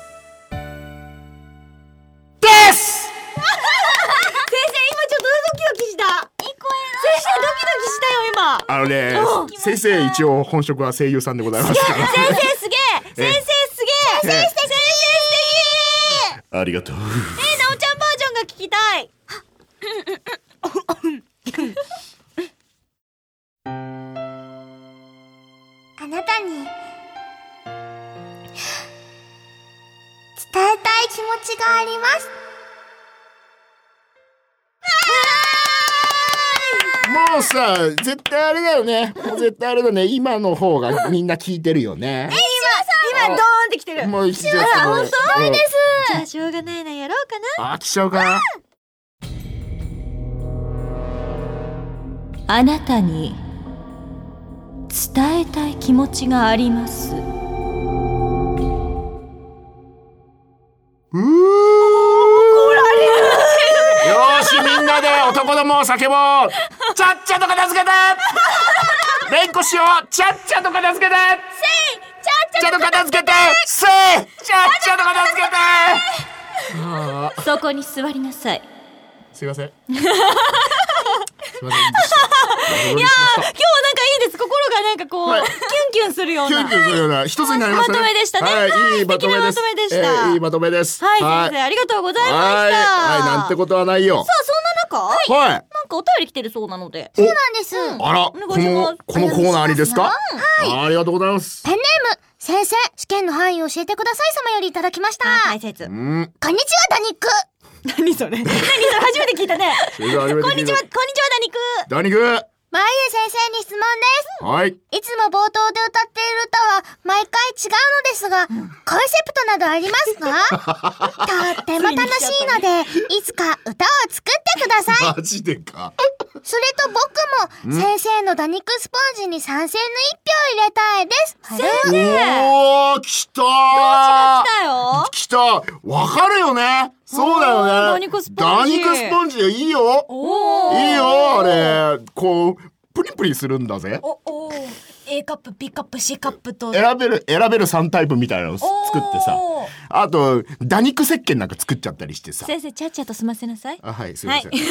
先生一応本職は声優さんでございますから。 先生すげえ。 ありがとう。 なおちゃんバージョンが聞きたい。 あなたに伝えたい気持ちがあります。 もうさ絶対あれだよね。もう絶対あれだね。今の方がみんな聞いてるよね。 今ドーンってきてる。 もう一度本当です。 じゃあしょうがないな、やろうかな。 来ちゃうかな。 あなたに伝えたい気持ちがあります。 よーしみんなで男どもを叫ぼう。ちゃっちゃと片付けて。連呼しよう。ちゃっちゃと片付けて。ちゃっちゃと片付けて。ちゃっちゃと片付けて。 そこに座りなさい。 すいません。いや今日はなんかいいです。心がなんかこう、キュンキュンするような一つになりましたね。 まとめでしたね。 いいまとめです。いいまとめです。 はい、先生ありがとうございました。 なんてことはないよ。 さあそんな中、なんかお便り来てるそうなので。 そうなんです。 あら、このコーナーにですか。ありがとうございます。 ペンネーム先生、試験の範囲を教えてください様よりいただきました。 解説。 こんにちはダニック。 何それ初めて聞いたね。こんにちはダニック。 ダニック。 まゆゆ先生に質問です。 はい。 いつも冒頭で歌っている歌は毎回違うのですが、コンセプトなどありますか？とっても楽しいので、いつか歌を作ってください。 マジでか。 それと僕も先生のダニックスポンジに賛成の一票入れたいです。 先生。 おー、来たー。来た。わかるよね。そうだよね。 ダニックスポンジいいよ。いいよ、あれ。こうプリプリするんだぜ。 A カップ B カップ C カップと選べる3タイプみたいなの作ってさ、あとダニック石鹸なんか作っちゃったりしてさ。 先生ちゃっちゃと済ませなさい。 はい、すいません。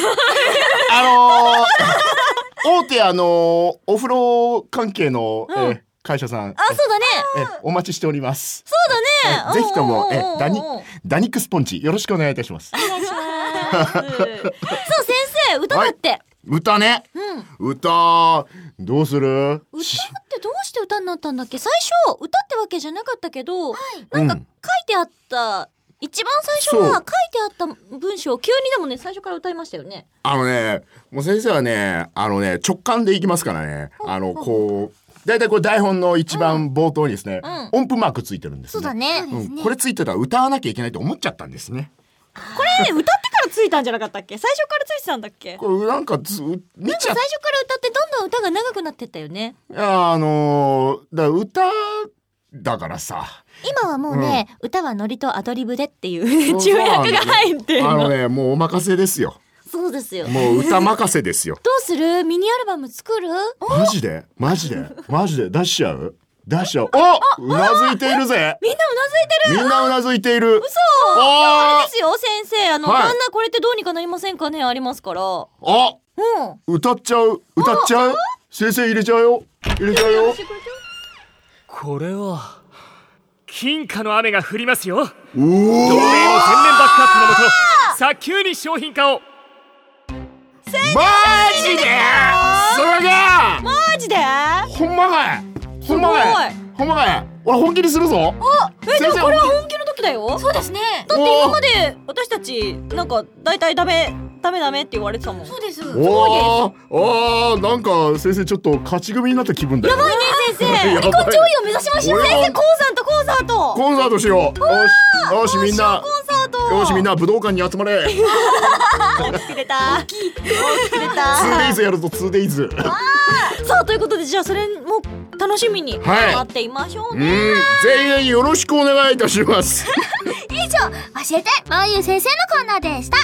大手お風呂関係の会社さん、 そうだね。 お待ちしております。 そうだね。ぜひともダニックスポンジよろしくお願いいたします。 お願いします。そう先生、歌だって。 歌ね。歌どうする？ 歌ってどうして歌になったんだっけ？最初歌ってわけじゃなかったけど、なんか書いてあった一番最初は書いてあった文章を急にでもね最初から歌いましたよね。もう先生はね直感でいきますからね。こうだいたいこれ台本の一番冒頭にですね、音符マークついてるんですね。 そうだね。 これついてたら歌わなきゃいけないと思っちゃったんですね。 これ歌ってからついたんじゃなかったっけ？最初からついてたんだっけ？ これなんか見最初からちゃっ歌ってどんどん歌が長くなってったよね。 いやだから歌だからさ。 今はもうね、歌はノリとアドリブでっていう中訳が入ってるの。 もうお任せですよ。 そうですよ。 もう歌任せですよ。 どうする？ミニアルバム作る？ マジで出しちゃう。お、うなずいているぜ。 みんなうなずいてる。 嘘。 あれですよ先生、 はい、 旦那これってどうにかなりませんかねありますから。 歌っちゃう。先生入れちゃうよ。 これは金貨の雨が降りますよ。 おお。 同盟の全面バックアップのもと早急に商品化を。 マジで？それがマジで？ ほんまかい。俺本気にするぞ。 でもこれは本気の時だよ。 そうですね。 だって今まで私たちなんかだいたいダメって言われてたもん。 そうです。 なんか先生ちょっと勝ち組になった気分だよ。 やばいね先生。 やばい。 上位を目指しましょう。先生コンサートしよう。よしみんな。よしみんな武道館に集まれ。 大きく出た。 2days やると 2days。 さあということでじゃあそれも楽しみに待っていましょうね。 全員よろしくお願いいたします。 以上教えてまおゆ先生のコーナーでした。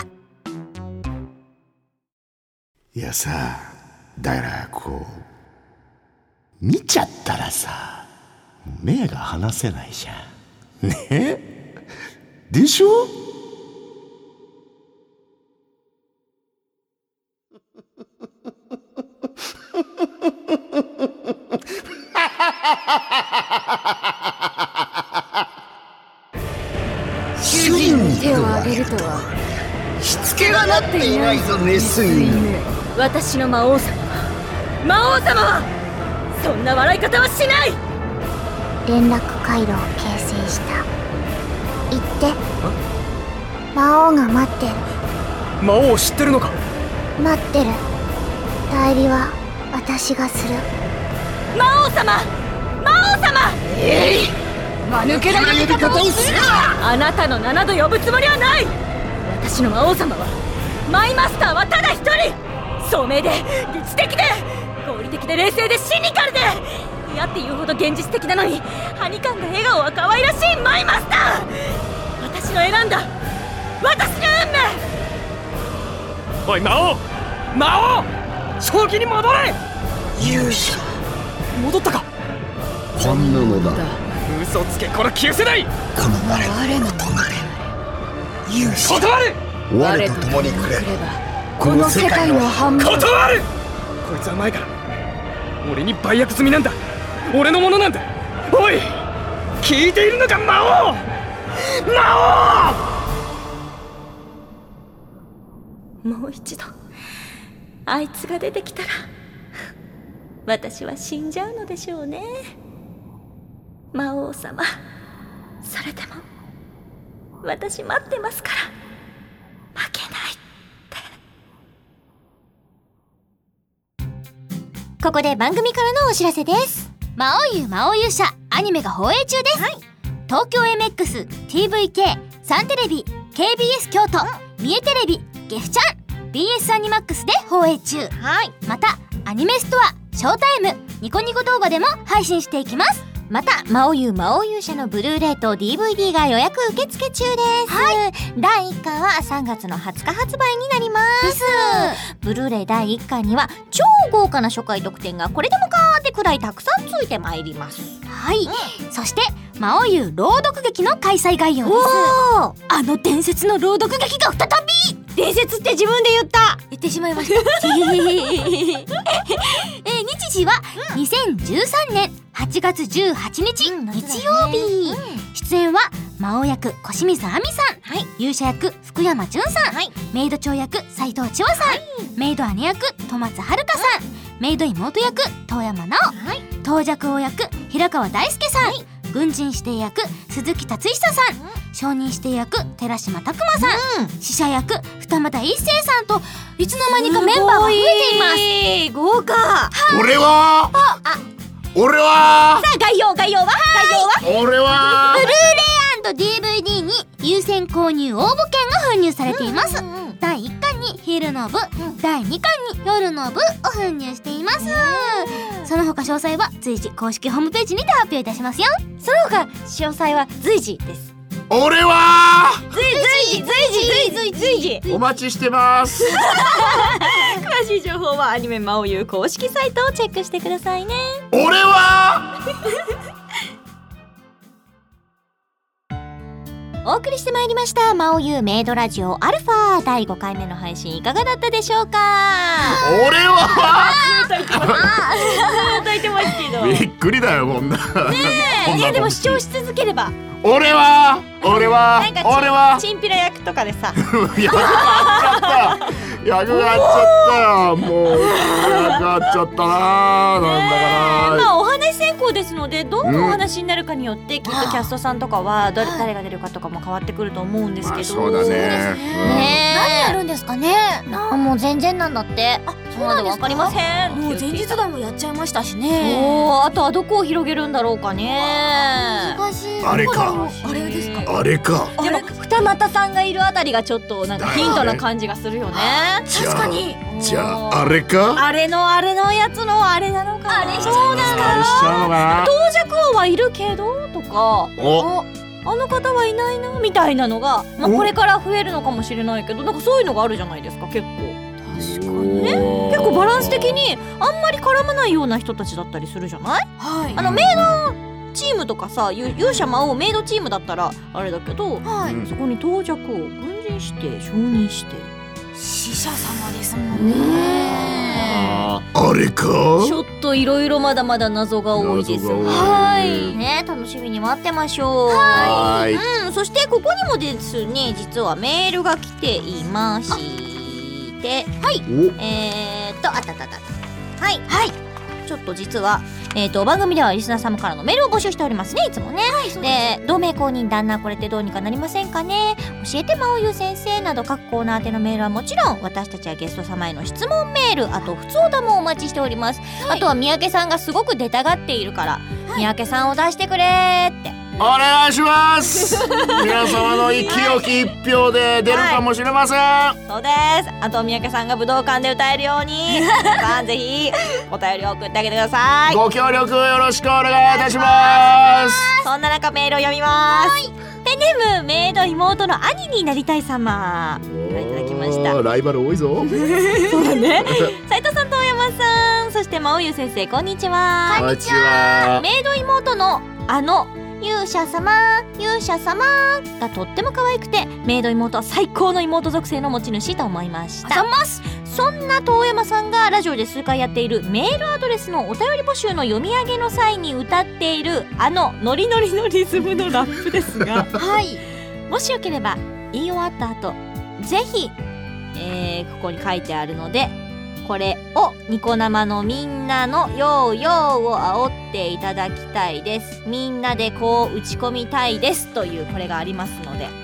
いやさ、だからこう見ちゃったらさ目が離せないじゃんね。でしょ？ 主人に手を挙げるとはしつけがなっていないぞメス犬。 私の魔王様はそんな笑い方はしない。 連絡回路を形成した。言って魔王が待ってる。 魔王を知ってるのか？ 待ってる。代理は私がする。 魔王様間抜けな呼び方をするな。 あなたの7度呼ぶつもりはない。私の魔王様はマイマスターはただ一人。聡明で理知的で合理的で冷静でシニカルで嫌っていうほど現実的なのにハニカンが笑顔は可愛らしいマイマスター。私の選んだ私の運命。 おい魔王正気に戻れ。 勇者戻ったか。 本物だ。 嘘つけこの旧世代。 この我の友で勇者断る。 我と共にくればこの世界の半分。 断る。こいつは前から俺に売約済みなんだ。俺のものなんだ。おい聞いているのか魔王。 もう一度あいつが出てきたら私は死んじゃうのでしょうね。魔王様それでも私待ってますから負けないって。 ここで番組からのお知らせです。魔王勇者アニメが放映中です。東京 MX、TVK、サンテレビ、KBS 京都、三重テレビ、ゲフチャン、BS アニマックスで放映中。またアニメストア、ショータイム、ニコニコ動画でも配信していきます。 また魔王勇者のブルーレイと DVD が予約受付中です。第1巻は3月の20日発売になります。ブルーレイ第1巻には超豪華な初回特典がこれでもかーってくらいたくさんついてまいります。 そして魔王勇朗読劇の開催概要です。あの伝説の朗読劇が再び。 伝説って自分で言ってしまいました日時は2013年8月18日日曜日。出演は魔王役小清水亜美さん、勇者役福山潤さん、メイド長役斉藤千和さん、メイド姉役戸松遥さん、メイド妹役遠山奈緒、当若王役平川大輔さん、軍人指定役鈴木達久さん、証人指定役寺島拓磨さん、使者役二俣一生さんといつの間にかメンバーが増えています。 豪華。 俺は俺はさあ概要は俺はブルーレイ&DVD に優先購入応募券が封入されています。第1巻に昼の部、第2巻に夜の部を封入しています。その他詳細は随時公式ホームページにて発表いたしますよ。 その他詳細は随時です。 俺は随時お待ちしてます。 詳しい情報はアニメ魔王優公式サイトをチェックしてくださいね。 俺はお送りしてまいりました魔王優メイドラジオアルファ第5回目の配信いかがだったでしょうか。 俺はずっと言ってますけどびっくりだよこんな。 いやでも主張し続ければ俺はチンピラ役とかでさ役が合っちゃったよ。もう役合っちゃったな。なんだかな。 まあお話先行ですのでどんなお話になるかによってきっとキャストさんとかは誰が出るかとかも変わってくると思うんですけど、 そうだね。 何やるんですかね。 もう全然なんだって。そうなんですか。わかりません。 もう前日談もやっちゃいましたしね。 あとはどこを広げるんだろうかね。 難しい。 あれか。 あれですか。 あれか。 でも二股さんがいるあたりがちょっとなんかヒントな感じがするよね。 確かに。 じゃああれか。 あれのやつのあれなのか。あれしちゃうのか。到着王はいるけどとか。あの方はいないなみたいなのが、まあ、これから増えるのかもしれないけど、なんかそういうのがあるじゃないですか。結構確かにね。 結構バランス的にあんまり絡まないような人たちだったりするじゃない。 はい。 メイドチームとかさ、勇者魔王メイドチームだったらあれだけど、 はい、 そこに到着を軍人して承認して死者様ですもんね。 あれか。 ちょっといろいろまだまだ謎が多いです。はいね、楽しみに待ってましょう。 はい。 そしてここにもですね、実はメールが来ていまして、はい。あったはい。ちょっと実は番組ではリスナー様からのメールを募集しておりますね、いつもね。で同盟公認旦那これってどうにかなりませんかね、教えて魔王優先生など各コーナー宛てのメールはもちろん、私たちはゲスト様への質問メール、あと普通歌もお待ちしております。あとは三宅さんがすごく出たがっているから、三宅さんを出してくれってお願いします。皆様の清き一票で出るかもしれません。 そうです。あと三宅さんが武道館で歌えるように皆さんぜひお便りを送ってあげてください。 ご協力よろしくお願いいたします。 そんな中メールを読みます。ペンネームメイド妹の兄になりたい様からいただきました。 ライバル多いぞ。 そうだね。斉藤さんと大山さん、そして魔王優先生、こんにちは。 こんにちは。 メイド妹の勇者様がとっても可愛くて、メイド妹は最高の妹属性の持ち主と思いました。そんな遠山さんがラジオで数回やっているメールアドレスのお便り募集の読み上げの際に歌っているノリノリのリズムのラップですがはい、 もしよければ言い終わった後ぜひ、ここに書いてあるのでこれをニコ生のみんなのヨーヨーを煽っていただきたいです。みんなでこう打ち込みたいですというこれがありますので、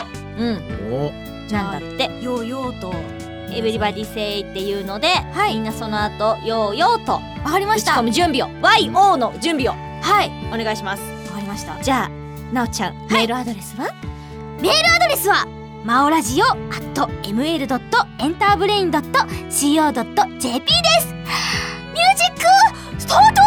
なんだってヨーヨーとエブリバディセイっていうので、みんなその後ヨーヨーとわかりました。 打ち込む準備を YO の準備をお願いします。 わかりました。 じゃあなおちゃん、メールアドレスはマオラジオ@ml.enterbrain.co.jp です。ミュージックスタート。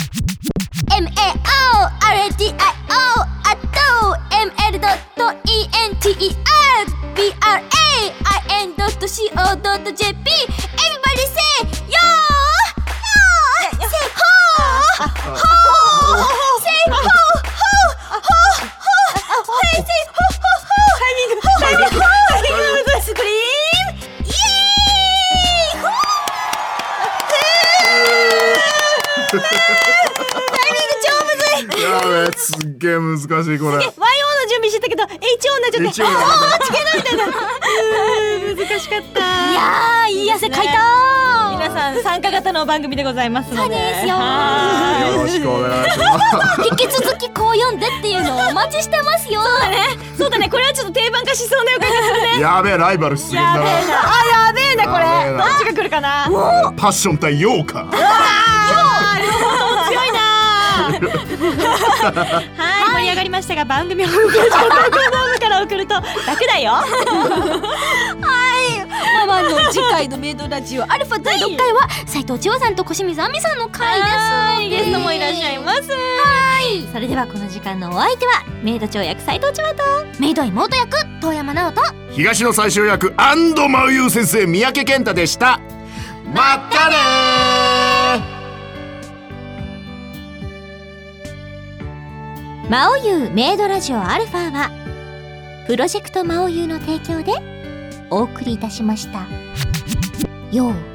MAORADIO@ml.enterbrain.co.jp Everybody say yo! Say ho! Say ho! Say ho!スクリームイエーイ。タイミング超むずい。 やべ、すっげえ難しいこれ。 YO の準備してたけど HO になっちゃって、チケないみたいな。難しかった。 いやー、いい汗かいた。 皆さん参加型の番組でございますので、 そうですよ。 よろしくお願いします。 引き続きこう読んでっていうのをお待ちしてますよ。 そうだね、これはちょっと定番化しそうな予感がするね。 やべえ、ライバル出現だな。 やべえなこれ。どっちが来るかな。 パッション対ヨーカー。 両方とも強いな。 はい、盛り上がりましたが、番組ホームページの投稿フォームから送ると楽だよ。 ママの次回のメイドラジオアルファ第6回は斉藤千和さんと小清水亜美さんの回ですので、 ゲストもいらっしゃいます。それではこの時間のお相手はメイド長役斉藤千和とメイド妹役遠山直人、 東の最終役安藤真由先生三宅健太でした。またねー。魔王優メイドラジオアルファはプロジェクト魔王優の提供でお送りいたしました。よう